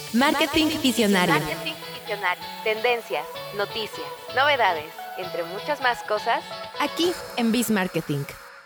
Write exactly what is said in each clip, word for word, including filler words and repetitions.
Marketing Visionario. Marketing Visionario. Tendencias, noticias, novedades, entre muchas más cosas, Aquí en Biz Marketing.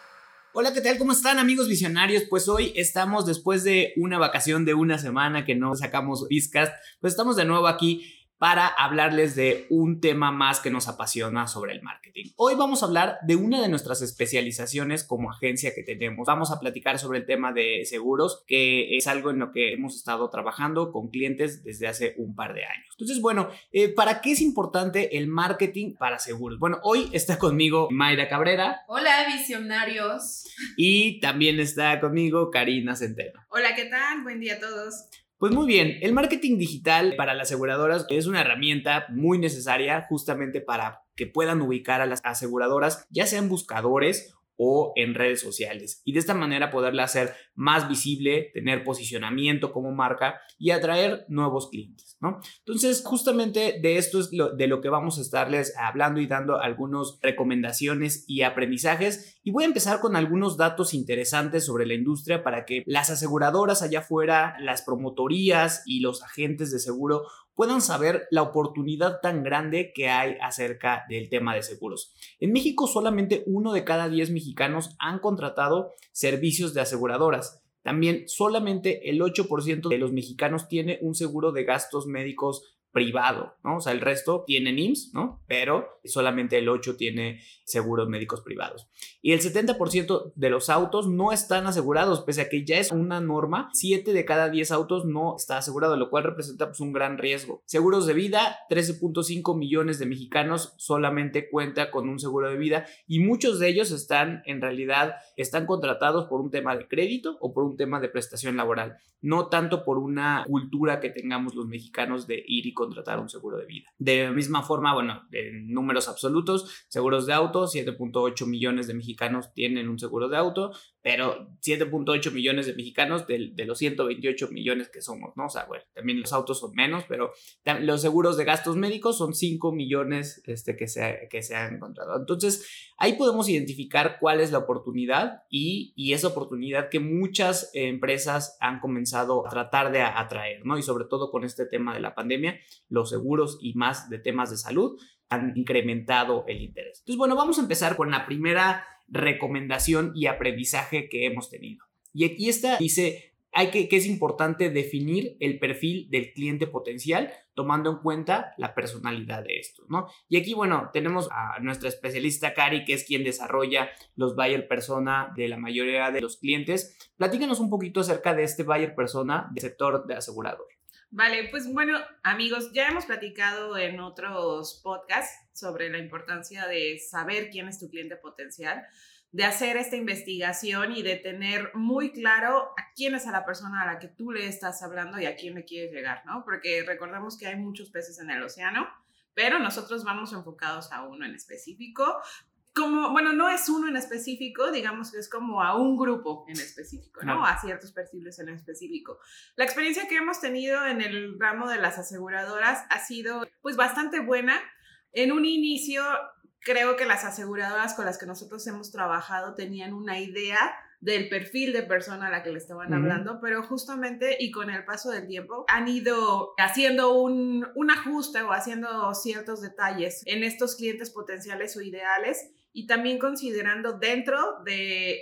Hola, ¿qué tal? ¿Cómo están, amigos visionarios? Pues hoy estamos después de una vacación de una semana que no sacamos Bizcast, pues estamos de nuevo aquí para hablarles de un tema más que nos apasiona sobre el marketing. Hoy vamos a hablar de una de nuestras especializaciones como agencia que tenemos. Vamos a platicar sobre el tema de seguros, que es algo en lo que hemos estado trabajando con clientes desde hace un par de años. Entonces, bueno, eh, ¿para qué es importante el marketing para seguros? Bueno, hoy está conmigo Mayra Cabrera. Hola, visionarios. Y también está conmigo Karina Centeno. Hola, ¿qué tal? Buen día a todos. Pues muy bien, el marketing digital para las aseguradoras es una herramienta muy necesaria justamente para que puedan ubicar a las aseguradoras, ya sean buscadores o en redes sociales, y de esta manera poderla hacer más visible, tener posicionamiento como marca y atraer nuevos clientes, ¿no? Entonces, justamente de esto es lo, de lo que vamos a estarles hablando y dando algunas recomendaciones y aprendizajes, y voy a empezar con algunos datos interesantes sobre la industria para que las aseguradoras allá afuera, las promotorías y los agentes de seguro puedan saber la oportunidad tan grande que hay acerca del tema de seguros. En México, solamente uno de cada diez mexicanos han contratado servicios de aseguradoras. También solamente el ocho por ciento de los mexicanos tiene un seguro de gastos médicos privado, ¿no? O sea, el resto tienen I M S S, ¿no? Pero solamente el ocho por ciento tiene seguros médicos privados. Y el setenta por ciento de los autos no están asegurados, pese a que ya es una norma. siete de cada diez autos no está asegurado, lo cual representa pues, un gran riesgo. Seguros de vida, trece punto cinco millones de mexicanos solamente cuenta con un seguro de vida, y muchos de ellos están, en realidad, están contratados por un tema de crédito o por un tema de prestación laboral, no tanto por una cultura que tengamos los mexicanos de ir y contratar un seguro de vida. De la misma forma, bueno, en números absolutos, seguros de auto, siete punto ocho millones de mexicanos tienen un seguro de auto, pero siete punto ocho millones de mexicanos de, de los ciento veintiocho millones que somos, ¿no? O sea, bueno, también los autos son menos, pero los seguros de gastos médicos son cinco millones este, que, se, que se han encontrado. Entonces, ahí podemos identificar cuál es la oportunidad y, y esa oportunidad que muchas empresas han comenzado a tratar de atraer, ¿no? Y sobre todo con este tema de la pandemia, los seguros y más de temas de salud han incrementado el interés. Entonces, bueno, vamos a empezar con la primera recomendación y aprendizaje que hemos tenido. Y aquí esta dice hay que, que es importante definir el perfil del cliente potencial, tomando en cuenta la personalidad de estos, ¿no? Y aquí, bueno, tenemos a nuestra especialista Cari, que es quien desarrolla los buyer persona de la mayoría de los clientes. Platícanos un poquito acerca de este buyer persona del sector de asegurador. Vale, pues bueno, amigos, ya hemos platicado en otros podcasts sobre la importancia de saber quién es tu cliente potencial, de hacer esta investigación y de tener muy claro a quién es a la persona a la que tú le estás hablando y a quién le quieres llegar, ¿no? Porque recordemos que hay muchos peces en el océano, pero nosotros vamos enfocados a uno en específico. Como, bueno, no es uno en específico, digamos que es como a un grupo en específico, ¿no? A ciertos perfiles en específico. La experiencia que hemos tenido en el ramo de las aseguradoras ha sido, pues, bastante buena. En un inicio, creo que las aseguradoras con las que nosotros hemos trabajado tenían una idea del perfil de persona a la que le estaban uh-huh. hablando, pero justamente y con el paso del tiempo han ido haciendo un, un ajuste o haciendo ciertos detalles en estos clientes potenciales o ideales, y también considerando dentro de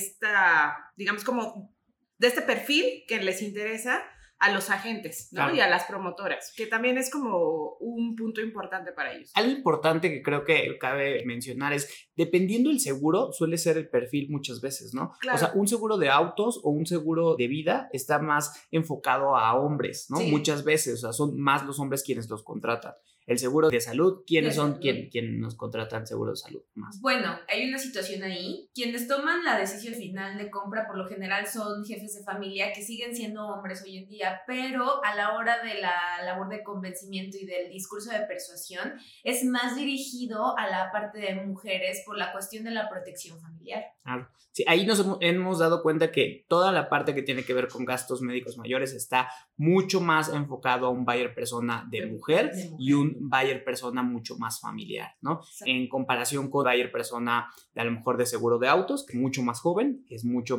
esta, digamos como de este perfil que les interesa a los agentes, ¿no? Claro. Y a las promotoras, que también es como un punto importante para ellos. Algo importante que creo que cabe mencionar es, dependiendo del seguro, suele ser el perfil muchas veces, ¿no? Claro. O sea, un seguro de autos o un seguro de vida está más enfocado a hombres, ¿no? Sí. Muchas veces, o sea, son más los hombres quienes los contratan. El seguro de salud, ¿quiénes son quien, quien nos contratan seguro de salud más? Bueno, hay una situación ahí. Quienes toman la decisión final de compra por lo general son jefes de familia que siguen siendo hombres hoy en día, pero a la hora de la labor de convencimiento y del discurso de persuasión es más dirigido a la parte de mujeres por la cuestión de la protección familiar. Claro. Sí, ahí nos hemos dado cuenta que toda la parte que tiene que ver con gastos médicos mayores está mucho más enfocado a un buyer persona de mujer, de mujer. Y un buyer persona mucho más familiar, ¿no? Sí. En comparación con buyer persona de a lo mejor de seguro de autos, que es mucho más joven, es mucho más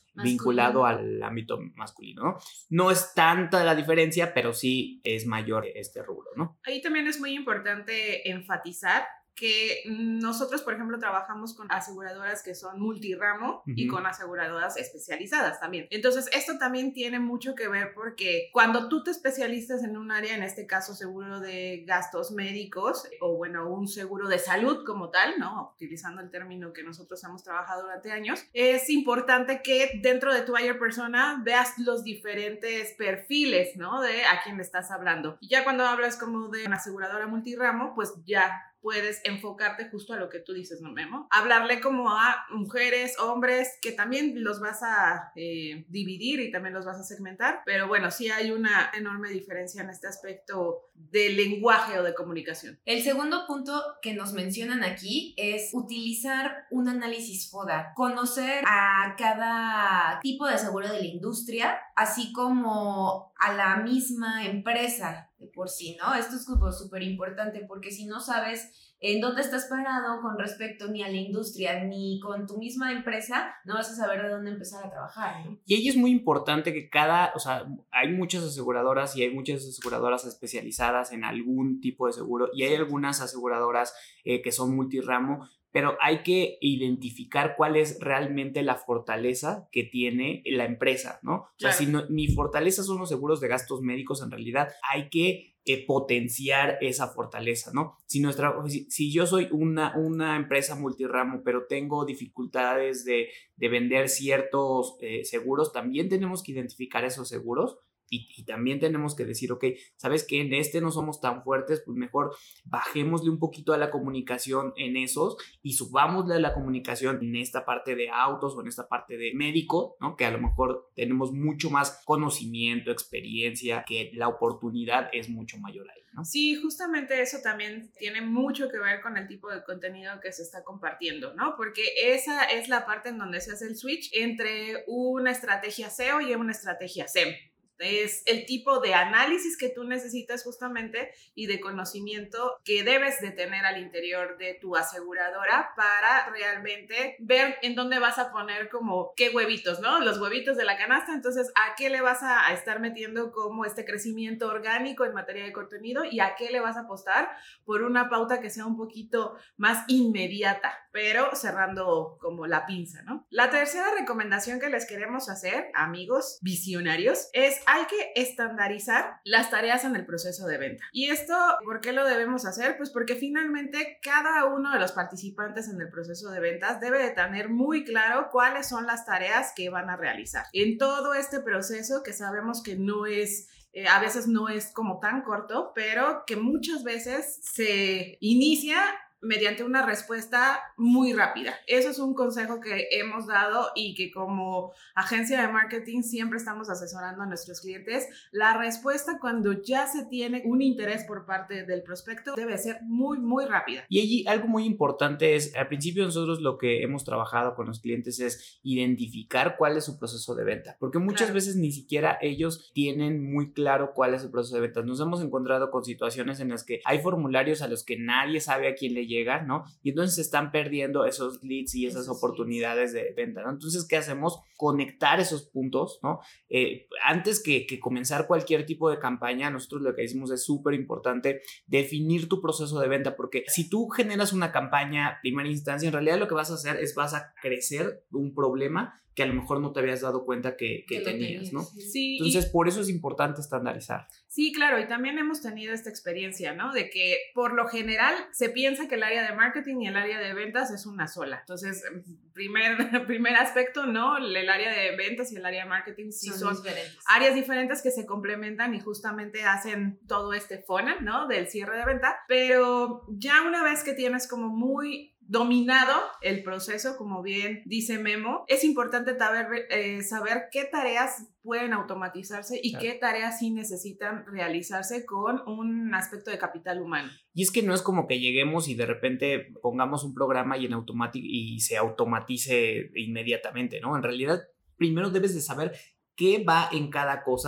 masculino. vinculado al ámbito masculino, ¿no? No es tanta la diferencia, pero sí es mayor este rubro, ¿no? Ahí también es muy importante enfatizar que nosotros, por ejemplo, trabajamos con aseguradoras que son multiramo uh-huh. y con aseguradoras especializadas también. Entonces, esto también tiene mucho que ver porque cuando tú te especializas en un área, en este caso seguro de gastos médicos o bueno, un seguro de salud como tal, ¿no? Utilizando el término que nosotros hemos trabajado durante años, es importante que dentro de tu buyer persona veas los diferentes perfiles, ¿no? De a quién le estás hablando. Y ya cuando hablas como de una aseguradora multiramo, pues ya puedes enfocarte justo a lo que tú dices, ¿no, Memo? Hablarle como a mujeres, hombres, que también los vas a eh, dividir y también los vas a segmentar, pero bueno, sí hay una enorme diferencia en este aspecto de lenguaje o de comunicación. El segundo punto que nos mencionan aquí es utilizar un análisis FODA, conocer a cada tipo de seguro de la industria, así como a la misma empresa de por sí, ¿no? Esto es como súper importante porque si no sabes en dónde estás parado con respecto ni a la industria ni con tu misma empresa, no vas a saber de dónde empezar a trabajar, ¿no? Y ahí es muy importante que cada, o sea, hay muchas aseguradoras y hay muchas aseguradoras especializadas en algún tipo de seguro y hay algunas aseguradoras eh, que son multiramo, pero hay que identificar cuál es realmente la fortaleza que tiene la empresa, ¿no? O sea, claro. si no, mi fortaleza son los seguros de gastos médicos, en realidad hay que eh, potenciar esa fortaleza, ¿no? Si, nuestra, si, si yo soy una, una empresa multiramo, pero tengo dificultades de, de vender ciertos eh, seguros, también tenemos que identificar esos seguros. Y, y también tenemos que decir, ok, ¿sabes qué? En este no somos tan fuertes, pues mejor bajémosle un poquito a la comunicación en esos y subámosle a la comunicación en esta parte de autos o en esta parte de médico, ¿no? Que a lo mejor tenemos mucho más conocimiento, experiencia, que la oportunidad es mucho mayor ahí, ¿no? Sí, justamente eso también tiene mucho que ver con el tipo de contenido que se está compartiendo, ¿no? Porque esa es la parte en donde se hace el switch entre una estrategia S E O y una estrategia S E M. Es el tipo de análisis que tú necesitas justamente y de conocimiento que debes de tener al interior de tu aseguradora para realmente ver en dónde vas a poner como qué huevitos, ¿no? Los huevitos de la canasta, entonces a qué le vas a, a estar metiendo como este crecimiento orgánico en materia de contenido y a qué le vas a apostar por una pauta que sea un poquito más inmediata, pero cerrando como la pinza, ¿no? La tercera recomendación que les queremos hacer, amigos visionarios, es hay que estandarizar las tareas en el proceso de venta. ¿Y esto por qué lo debemos hacer? Pues porque finalmente cada uno de los participantes en el proceso de ventas debe de tener muy claro cuáles son las tareas que van a realizar. En todo este proceso que sabemos que no es Eh, a veces no es como tan corto, pero que muchas veces se inicia mediante una respuesta muy rápida. Eso es un consejo que hemos dado y que como agencia de marketing siempre estamos asesorando a nuestros clientes. La respuesta cuando ya se tiene un interés por parte del prospecto debe ser muy, muy rápida. Y allí algo muy importante es, al principio nosotros lo que hemos trabajado con los clientes es identificar cuál es su proceso de venta, porque muchas claro. veces ni siquiera ellos tienen muy claro cuál es su proceso de venta. Nos hemos encontrado con situaciones en las que hay formularios a los que nadie sabe a quién le llega, ¿no? Y entonces se están perdiendo esos leads y esas esos oportunidades leads. de venta, ¿no? Entonces, ¿qué hacemos? Conectar esos puntos, ¿no? Eh, antes que, que comenzar cualquier tipo de campaña, nosotros lo que decimos es súper importante definir tu proceso de venta, porque si tú generas una campaña a primera instancia, en realidad lo que vas a hacer es vas a crecer un problema que a lo mejor no te habías dado cuenta que, que, que tenías, tenías, ¿no? Sí. Entonces, por eso es importante estandarizar. Sí, claro, y también hemos tenido esta experiencia, ¿no? De que por lo general se piensa que el área de marketing y el área de ventas es una sola. Entonces, primer, primer aspecto, ¿no? El área de ventas y el área de marketing sí son, son diferentes. áreas diferentes que se complementan y justamente hacen todo este funnel, ¿no? Del cierre de venta, pero ya una vez que tienes como muy dominado el proceso, como bien dice Memo, es importante saber, eh, saber qué tareas pueden automatizarse y claro. qué tareas sí necesitan realizarse con un aspecto de capital humano. Y es que no es como que lleguemos y de repente pongamos un programa y, en automático y se automatice inmediatamente, ¿no? En realidad, primero debes de saber qué va en cada cosa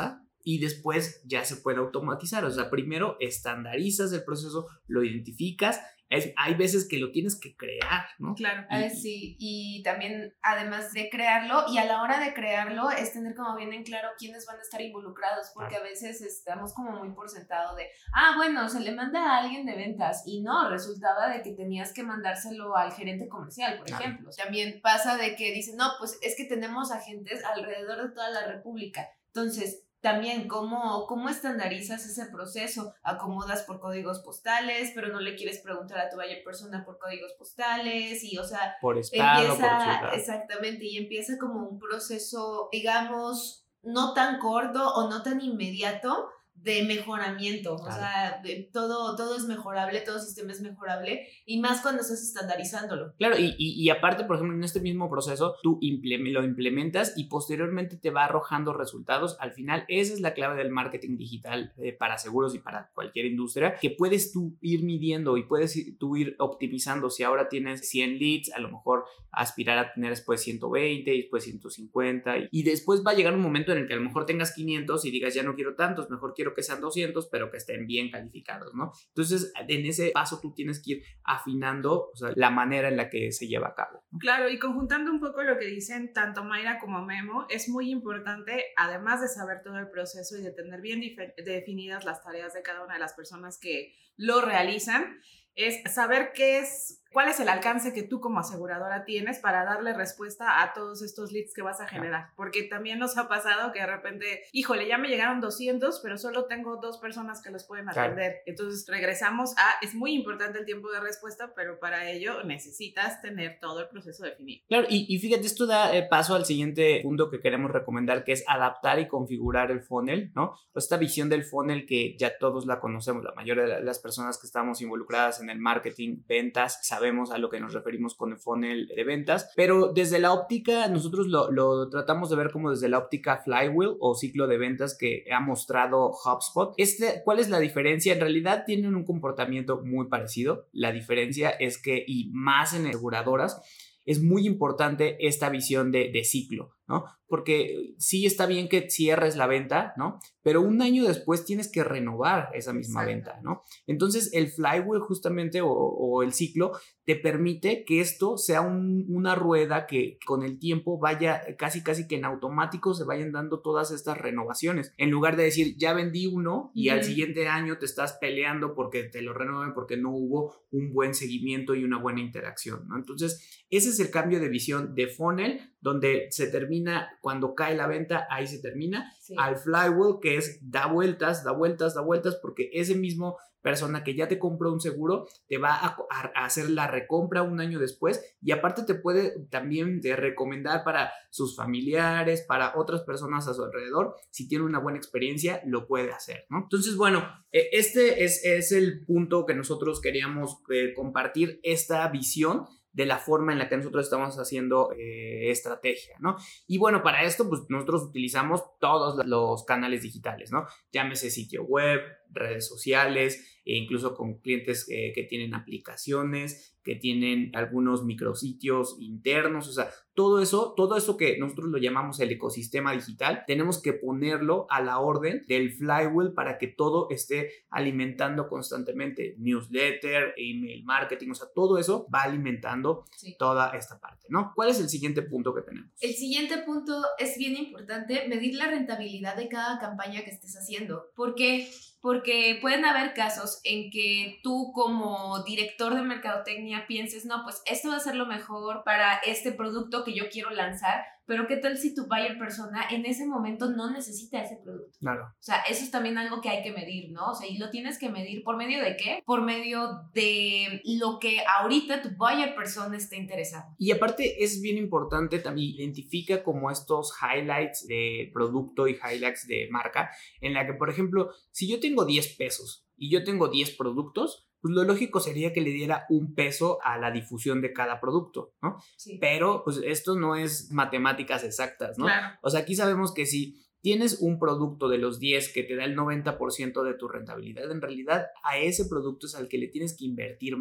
y después ya se puede automatizar. O sea, primero estandarizas el proceso, lo identificas. Es, hay veces que lo tienes que crear, ¿no? Claro. A ver, sí, y también además de crearlo, y a la hora de crearlo es tener como bien en claro quiénes van a estar involucrados, porque Claro. a veces estamos como muy por sentado de, ah, bueno, se le manda a alguien de ventas, y no, resultaba de que tenías que mandárselo al gerente comercial, por Claro. ejemplo. También pasa de que dicen, no, pues es que tenemos agentes alrededor de toda la república, entonces también cómo, cómo estandarizas ese proceso, acomodas por códigos postales, pero no le quieres preguntar a tu buyer persona por códigos postales y, o sea, Por estado, por empieza, ciudad. exactamente, y empieza como un proceso, digamos, no tan corto o no tan inmediato de mejoramiento, Claro. o sea, de, todo, todo es mejorable, todo sistema es mejorable, y más cuando estás estandarizándolo. Claro, y, y, y aparte, por ejemplo, en este mismo proceso, tú implem- lo implementas y posteriormente te va arrojando resultados. Al final, esa es la clave del marketing digital eh, para seguros y para cualquier industria, que puedes tú ir midiendo y puedes ir- tú ir optimizando. Si ahora tienes cien leads, a lo mejor aspirar a tener después ciento veinte y después ciento cincuenta. Y, y después va a llegar un momento en el que a lo mejor tengas quinientos y digas, ya no quiero tantos, mejor quiero que sean doscientos, pero que estén bien calificados, ¿no? Entonces, en ese paso tú tienes que ir afinando, o sea, la manera en la que se lleva a cabo, ¿no? Claro, y conjuntando un poco lo que dicen tanto Mayra como Memo, es muy importante, además de saber todo el proceso y de tener bien dif- definidas las tareas de cada una de las personas que lo realizan, es saber qué es, cuál es el alcance que tú como aseguradora tienes para darle respuesta a todos estos leads que vas a generar. Porque también nos ha pasado que de repente, híjole, ya me llegaron doscientos, pero solo tengo dos personas que los pueden atender. Claro. Entonces regresamos a, es muy importante el tiempo de respuesta, pero para ello necesitas tener todo el proceso definido. Claro, y, y fíjate, esto da eh, paso al siguiente punto que queremos recomendar, que es adaptar y configurar el funnel, ¿no? Esta visión del funnel que ya todos la conocemos, la mayoría de las personas que estamos involucradas en el marketing, ventas, sabemos a lo que nos referimos con el funnel de ventas, pero desde la óptica, nosotros lo, lo tratamos de ver como desde la óptica flywheel o ciclo de ventas que ha mostrado HubSpot. Este, ¿cuál es la diferencia? En realidad tienen un comportamiento muy parecido. La diferencia es que, y más en aseguradoras, es muy importante esta visión de, de ciclo, ¿no? Porque sí está bien que cierres la venta, ¿no? Pero un año después tienes que renovar esa misma venta, ¿no? Entonces el flywheel justamente o, o el ciclo te permite que esto sea un, una rueda que con el tiempo vaya casi casi que en automático se vayan dando todas estas renovaciones. En lugar de decir ya vendí uno y uh-huh. al siguiente año te estás peleando porque te lo renueven porque no hubo un buen seguimiento y una buena interacción, ¿no? Entonces ese es el cambio de visión de funnel, donde se termina cuando cae la venta, ahí se termina, sí. al flywheel, que es da vueltas, da vueltas, da vueltas, porque ese mismo persona que ya te compró un seguro te va a, a hacer la recompra un año después y aparte te puede también de recomendar para sus familiares, para otras personas a su alrededor. Si tiene una buena experiencia, lo puede hacer, ¿no? Entonces, bueno, este es, es el punto que nosotros queríamos eh, compartir, esta visión de la forma en la que nosotros estamos haciendo eh, estrategia, ¿no? Y bueno, para esto, pues nosotros utilizamos todos los canales digitales, ¿no? Llámese sitio web, redes sociales, e incluso con clientes eh, que tienen aplicaciones, que tienen algunos micrositios internos, o sea, todo eso, todo eso que nosotros lo llamamos el ecosistema digital, tenemos que ponerlo a la orden del flywheel para que todo esté alimentando constantemente, newsletter, email marketing, o sea, todo eso va alimentando sí. toda esta parte, ¿no? ¿Cuál es el siguiente punto que tenemos? El siguiente punto es bien importante, medir la rentabilidad de cada campaña que estés haciendo. ¿Por qué? Porque pueden haber casos en que tú como director de mercadotecnia pienses, no, pues esto va a ser lo mejor para este producto que yo quiero lanzar, pero ¿qué tal si tu buyer persona en ese momento no necesita ese producto? Claro. O sea, eso es también algo que hay que medir, ¿no? O sea, y lo tienes que medir ¿por medio de qué? Por medio de lo que ahorita tu buyer persona está interesado. Y aparte es bien importante también identifica como estos highlights de producto y highlights de marca, en la que, por ejemplo, si yo tengo diez pesos y yo tengo diez productos, pues lo lógico sería que le diera un peso a la difusión de cada producto, ¿no? Sí. Pero pues esto no es matemáticas exactas, ¿no? Claro. O sea, aquí sabemos que si tienes un producto de los diez que te da el noventa por ciento de tu rentabilidad, en realidad a ese producto es al que le tienes que invertir más,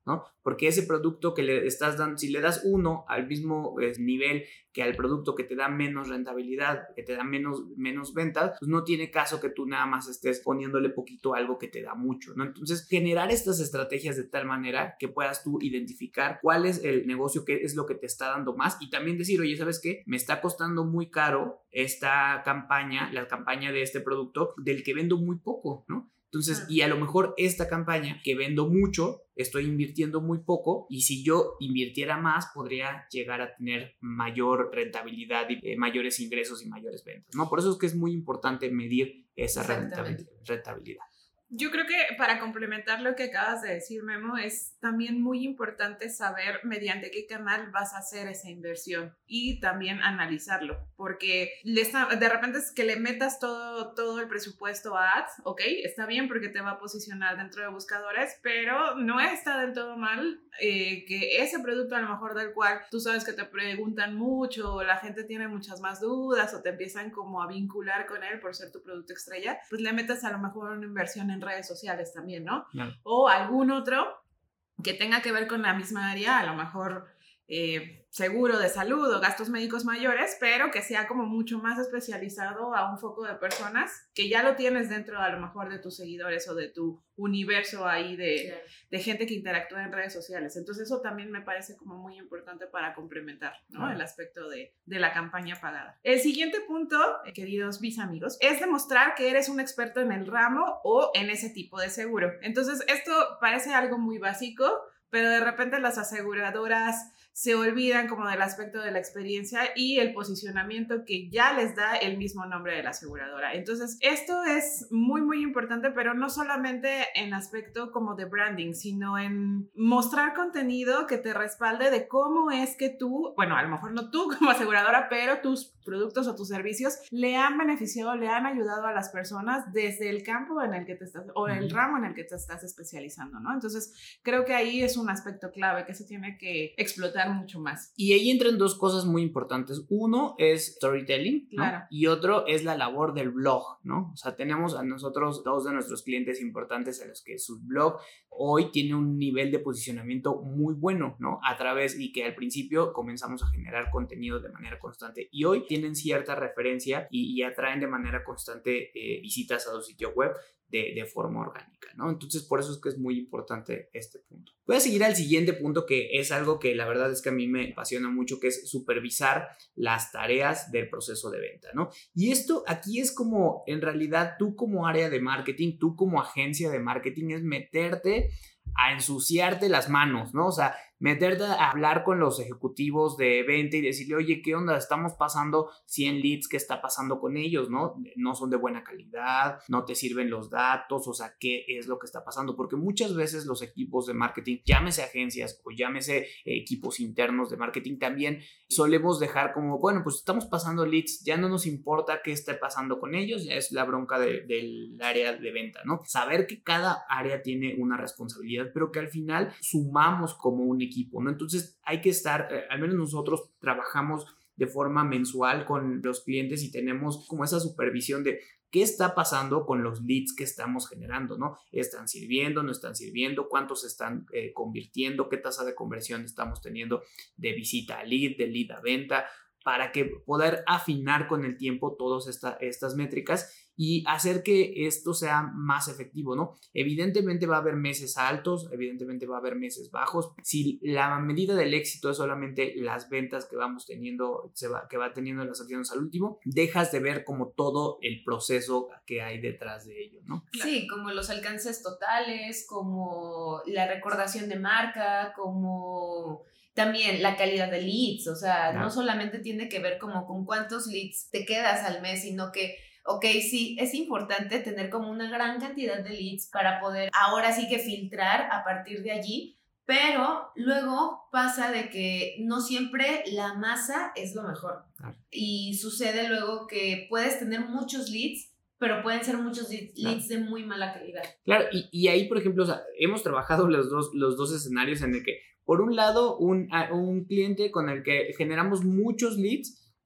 ¿no? Porque ese producto que le estás dando, si le das uno al mismo eh, nivel que al producto que te da menos rentabilidad, que te da menos, menos ventas, pues no tiene caso que tú nada más estés poniéndole poquito a algo que te da mucho, ¿no? Entonces, generar estas estrategias de tal manera que puedas tú identificar cuál es el negocio, qué es lo que te está dando más y también decir, oye, ¿sabes qué? Me está costando muy caro esta campaña, la campaña de este producto del que vendo muy poco, ¿no? Entonces, y a lo mejor esta campaña que vendo mucho, estoy invirtiendo muy poco y si yo invirtiera más, podría llegar a tener mayor rentabilidad y eh, mayores ingresos y mayores ventas, ¿no? Por eso es que es muy importante medir esa rentabilidad. rentabilidad. Yo creo que para complementar lo que acabas de decir, Memo, es también muy importante saber mediante qué canal vas a hacer esa inversión y también analizarlo, porque de repente es que le metas todo, todo el presupuesto a ads, ok, está bien porque te va a posicionar dentro de buscadores, pero no está del todo mal eh, que ese producto a lo mejor del cual tú sabes que te preguntan mucho, o la gente tiene muchas más dudas o te empiezan como a vincular con él por ser tu producto estrella, pues le metas a lo mejor una inversión en redes sociales también, ¿no? Claro. O algún otro que tenga que ver con la misma área, a lo mejor eh, seguro de salud o gastos médicos mayores, pero que sea como mucho más especializado a un foco de personas que ya lo tienes dentro a lo mejor de tus seguidores o de tu universo ahí de, claro. de gente que interactúa en redes sociales. Entonces eso también me parece como muy importante para complementar, ¿no? Claro. El aspecto de, de la campaña pagada. El siguiente punto, queridos bis amigos, es demostrar que eres un experto en el ramo o en ese tipo de seguro. Entonces esto parece algo muy básico, pero de repente las aseguradoras se olvidan como del aspecto de la experiencia y el posicionamiento que ya les da el mismo nombre de la aseguradora. Entonces, esto es muy, muy importante, pero no solamente en aspecto como de branding, sino en mostrar contenido que te respalde de cómo es que tú, bueno, a lo mejor no tú como aseguradora, pero tus productos o tus servicios le han beneficiado, le han ayudado a las personas desde el campo en el que te estás, o el ramo en el que te estás especializando, ¿no? Entonces, creo que ahí es un aspecto clave que se tiene que explotar mucho más. Y ahí entran dos cosas muy importantes. Uno es storytelling, ¿no? Claro. Y otro es la labor del blog, ¿no? O sea, tenemos a nosotros dos de nuestros clientes importantes en los que su blog hoy tiene un nivel de posicionamiento muy bueno, ¿no? A través y que al principio comenzamos a generar contenido de manera constante y hoy tienen cierta referencia y, y atraen de manera constante eh, visitas a su sitio web de, de forma orgánica, ¿no? Entonces, por eso es que es muy importante este punto. Voy a seguir al siguiente punto, que es algo que la verdad es que a mí me apasiona mucho, que es supervisar las tareas del proceso de venta, ¿no? Y esto aquí es como, en realidad, tú como área de marketing, tú como agencia de marketing, es meterte a ensuciarte las manos, ¿no? O sea, meterte a hablar con los ejecutivos de venta y decirle, oye, ¿qué onda? Estamos pasando cien leads, ¿qué está pasando con ellos, no? No son de buena calidad, no te sirven los datos, o sea, ¿qué es lo que está pasando? Porque muchas veces los equipos de marketing, llámese agencias o llámese eh, equipos internos de marketing, también solemos dejar como, bueno, pues estamos pasando leads, ya no nos importa qué esté pasando con ellos, ya es la bronca de, del área de venta, ¿no? Saber que cada área tiene una responsabilidad, pero que al final sumamos como un equipo, ¿no? Entonces hay que estar, eh, al menos nosotros trabajamos de forma mensual con los clientes y tenemos como esa supervisión de qué está pasando con los leads que estamos generando, ¿no? ¿Están sirviendo, no están sirviendo? ¿Cuántos se están eh, convirtiendo? ¿Qué tasa de conversión estamos teniendo de visita a lead, de lead a venta? Para que poder afinar con el tiempo todas esta, estas métricas y hacer que esto sea más efectivo, ¿no? Evidentemente va a haber meses altos, evidentemente va a haber meses bajos. Si la medida del éxito es solamente las ventas que vamos teniendo, se va, que va teniendo las acciones al último, dejas de ver como todo el proceso que hay detrás de ello, ¿no? Sí, como los alcances totales, como la recordación de marca, como también la calidad de leads, o sea, no. no solamente tiene que ver como con cuántos leads te quedas al mes, sino que, ok, sí, es importante tener como una gran cantidad de leads para poder ahora sí que filtrar a partir de allí, pero luego pasa de que no siempre la masa es lo mejor. Claro. Y sucede luego que puedes tener muchos leads, pero pueden ser muchos leads, claro. leads de muy mala calidad. Claro, y, y ahí, por ejemplo, o sea, hemos trabajado los dos, los dos escenarios en el que por un lado, un, un cliente con el que generamos muchos leads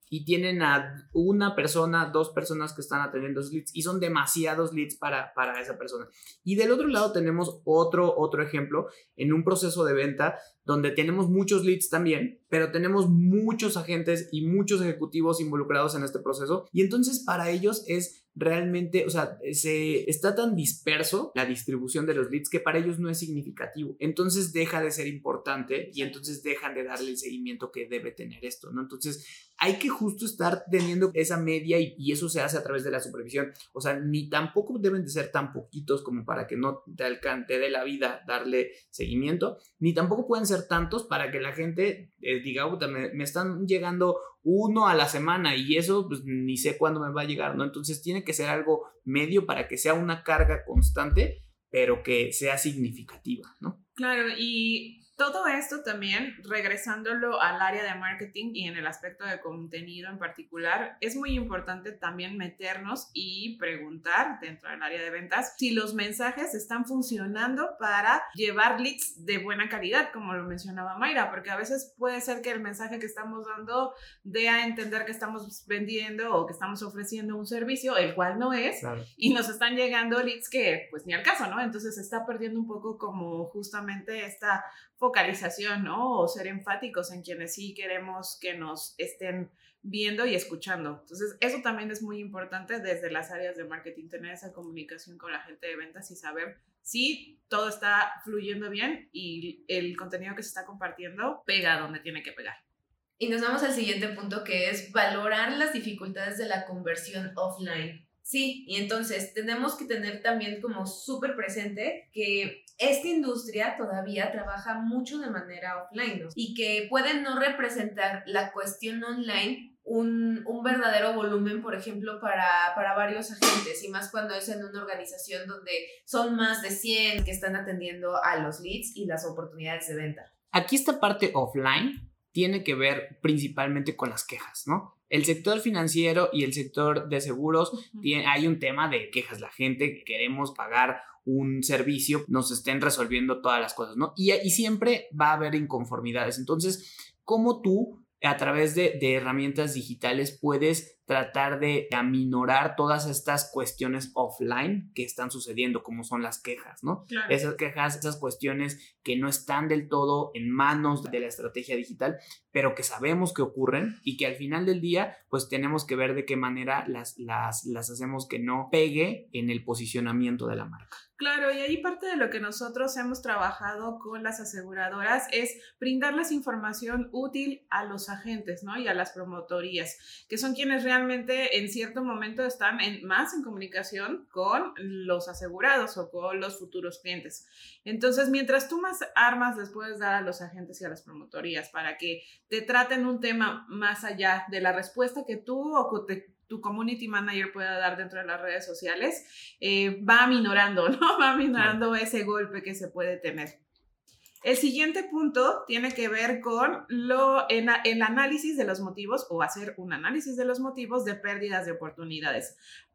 y tienen a una persona, dos personas que están atendiendo esos leads y son demasiados leads para, para esa persona. Y del otro lado tenemos otro, otro ejemplo en un proceso de venta donde tenemos muchos leads también, pero tenemos muchos agentes y muchos ejecutivos involucrados en este proceso, y entonces para ellos es realmente, o sea, se está tan disperso la distribución de los leads que para ellos no es significativo. Entonces deja de ser importante y entonces dejan de darle el seguimiento que debe tener esto, ¿no? Entonces hay que justo estar teniendo esa media y, y eso se hace a través de la supervisión. O sea, ni tampoco deben de ser tan poquitos como para que no te alcance de la vida darle seguimiento, ni tampoco pueden ser tantos para que la gente eh, diga, me, me están llegando uno a la semana y eso pues ni sé cuándo me va a llegar, ¿no? Entonces tiene que ser algo medio para que sea una carga constante, pero que sea significativa, ¿no? Claro, y todo esto también, regresándolo al área de marketing y en el aspecto de contenido en particular, es muy importante también meternos y preguntar dentro del área de ventas si los mensajes están funcionando para llevar leads de buena calidad, como lo mencionaba Mayra, porque a veces puede ser que el mensaje que estamos dando dé a entender que estamos vendiendo o que estamos ofreciendo un servicio, el cual no es, Claro. Y nos están llegando leads que pues ni al caso, ¿no? Entonces se está perdiendo un poco como justamente esta focalización, ¿no? O ser enfáticos en quienes sí queremos que nos estén viendo y escuchando. Entonces, eso también es muy importante desde las áreas de marketing, tener esa comunicación con la gente de ventas y saber si todo está fluyendo bien y el contenido que se está compartiendo pega donde tiene que pegar. Y nos vamos al siguiente punto, que es valorar las dificultades de la conversión offline. Sí, y entonces tenemos que tener también como súper presente que esta industria todavía trabaja mucho de manera offline, ¿no? Y que puede no representar la cuestión online un, un verdadero volumen, por ejemplo, para, para varios agentes, y más cuando es en una organización donde son más de cien que están atendiendo a los leads y las oportunidades de venta. Aquí esta parte offline tiene que ver principalmente con las quejas, ¿no? El sector financiero y el sector de seguros, uh-huh. tiene, hay un tema de quejas. La gente queremos pagar un servicio, nos estén resolviendo todas las cosas, ¿no? Y, y siempre va a haber inconformidades. Entonces, ¿cómo tú, a través de, de herramientas digitales, puedes tratar de aminorar todas estas cuestiones offline que están sucediendo, como son las quejas, ¿no? Claro. Esas quejas, esas cuestiones que no están del todo en manos de la estrategia digital, pero que sabemos que ocurren y que al final del día, pues tenemos que ver de qué manera las, las, las hacemos que no pegue en el posicionamiento de la marca. Claro, y ahí parte de lo que nosotros hemos trabajado con las aseguradoras es brindarles información útil a los agentes, ¿no? Y a las promotorías, que son quienes realmente en cierto momento están en, más en comunicación con los asegurados o con los futuros clientes. Entonces, mientras tú más armas les puedes dar a los agentes y a las promotorías para que te traten un tema más allá de la respuesta que tú o te tu community manager pueda dar dentro de las redes sociales, eh, va aminorando, ¿no? Va aminorando sí. ese golpe que se puede tener. El siguiente punto tiene que ver con lo, en, el análisis de los motivos o hacer un análisis de los motivos de pérdidas de oportunidades.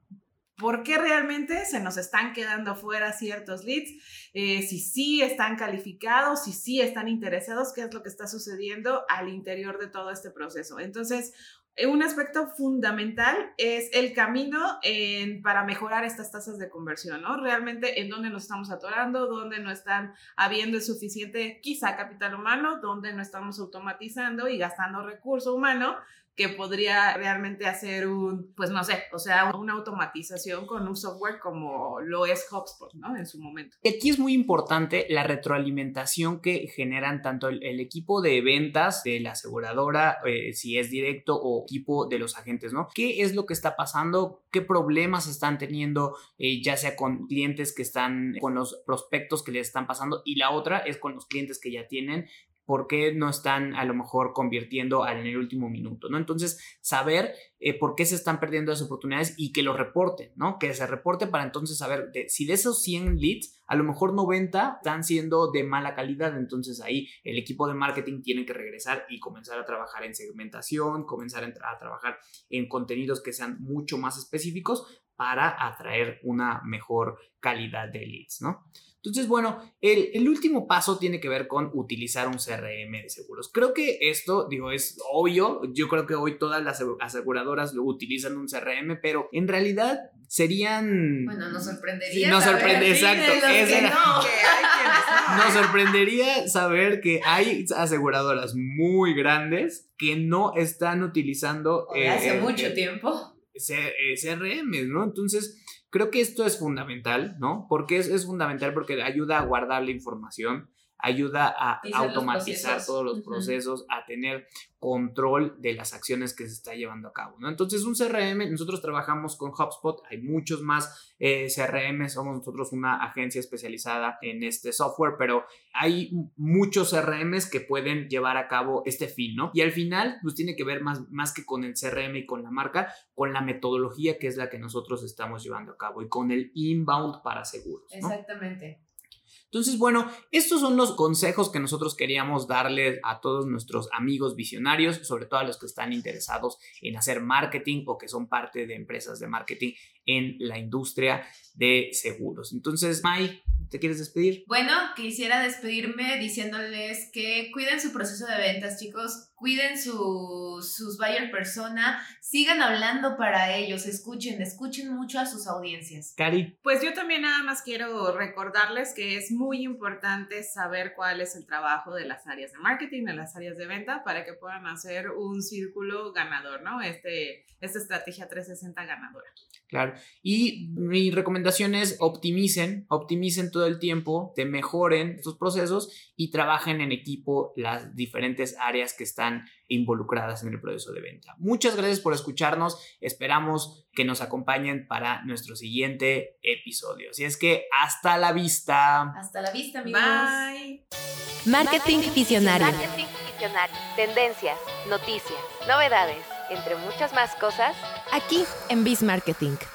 ¿Por qué realmente se nos están quedando fuera ciertos leads? Eh, si sí están calificados, si sí están interesados, ¿qué es lo que está sucediendo al interior de todo este proceso? Entonces, un aspecto fundamental es el camino en, para mejorar estas tasas de conversión, ¿no? Realmente en dónde nos estamos atorando, dónde no están habiendo el suficiente, quizá capital humano, dónde no estamos automatizando y gastando recurso humano que podría realmente hacer un, pues no sé, o sea, una automatización con un software como lo es HubSpot, ¿no? En su momento. Aquí es muy importante la retroalimentación que generan tanto el, el equipo de ventas de la aseguradora, eh, si es directo, o equipo de los agentes, ¿no? ¿Qué es lo que está pasando? ¿Qué problemas están teniendo, eh, ya sea con clientes que están, con los prospectos que les están pasando? Y la otra es con los clientes que ya tienen. ¿Por qué no están a lo mejor convirtiendo en el último minuto, ¿no? Entonces, saber eh, por qué se están perdiendo las oportunidades y que lo reporten, ¿no? Que se reporte para entonces saber de, si de esos cien leads, a lo mejor noventa están siendo de mala calidad. Entonces, ahí el equipo de marketing tiene que regresar y comenzar a trabajar en segmentación, comenzar a, a trabajar en contenidos que sean mucho más específicos para atraer una mejor calidad de leads, ¿no? Entonces, bueno, el, el último paso tiene que ver con utilizar un C R M de seguros. Creo que esto, digo, es obvio. Yo creo que hoy todas las aseguradoras lo utilizan un C R M, pero en realidad serían... Bueno, nos sorprendería Sí, nos saber sorprende, sí, exacto, de los esa que era- no. Que hay quienes no. Nos sorprendería saber que hay aseguradoras muy grandes que no están utilizando O de hace eh, mucho eh, tiempo. C- eh, C R Ms, ¿no? Entonces, creo que esto es fundamental, ¿no? Porque es, es fundamental porque ayuda a guardar la información, ayuda a Optimizar los automatizar procesos. todos los Ujú. procesos, a tener control de las acciones que se está llevando a cabo, ¿no? Entonces, un C R M, nosotros trabajamos con HubSpot, hay muchos más eh, C R M, somos nosotros una agencia especializada en este software, pero hay muchos C R Ms que pueden llevar a cabo este fin, ¿no? Y al final, pues tiene que ver más, más que con el C R M y con la marca, con la metodología que es la que nosotros estamos llevando a cabo y con el inbound para seguros, ¿no? Exactamente. Entonces, bueno, estos son los consejos que nosotros queríamos darles a todos nuestros amigos visionarios, sobre todo a los que están interesados en hacer marketing o que son parte de empresas de marketing en la industria de seguros. Entonces, Mai, ¿te quieres despedir? Bueno, quisiera despedirme diciéndoles que cuiden su proceso de ventas, chicos, cuiden su, sus buyer persona, sigan hablando para ellos, escuchen, escuchen mucho a sus audiencias. Cari. Pues yo también nada más quiero recordarles que es muy importante saber cuál es el trabajo de las áreas de marketing, de las áreas de venta, para que puedan hacer un círculo ganador, ¿no? Este, esta estrategia trescientos sesenta ganadora. Claro. Y mi recomendación es optimicen, optimicen todo el tiempo, te mejoren estos procesos y trabajen en equipo las diferentes áreas que están involucradas en el proceso de venta. Muchas gracias por escucharnos. Esperamos que nos acompañen para nuestro siguiente episodio. Así es que hasta la vista. Hasta la vista, amigos. Bye. Marketing Visionario. Marketing visionario. Tendencias, noticias, novedades, entre muchas más cosas. Aquí en Biz Marketing.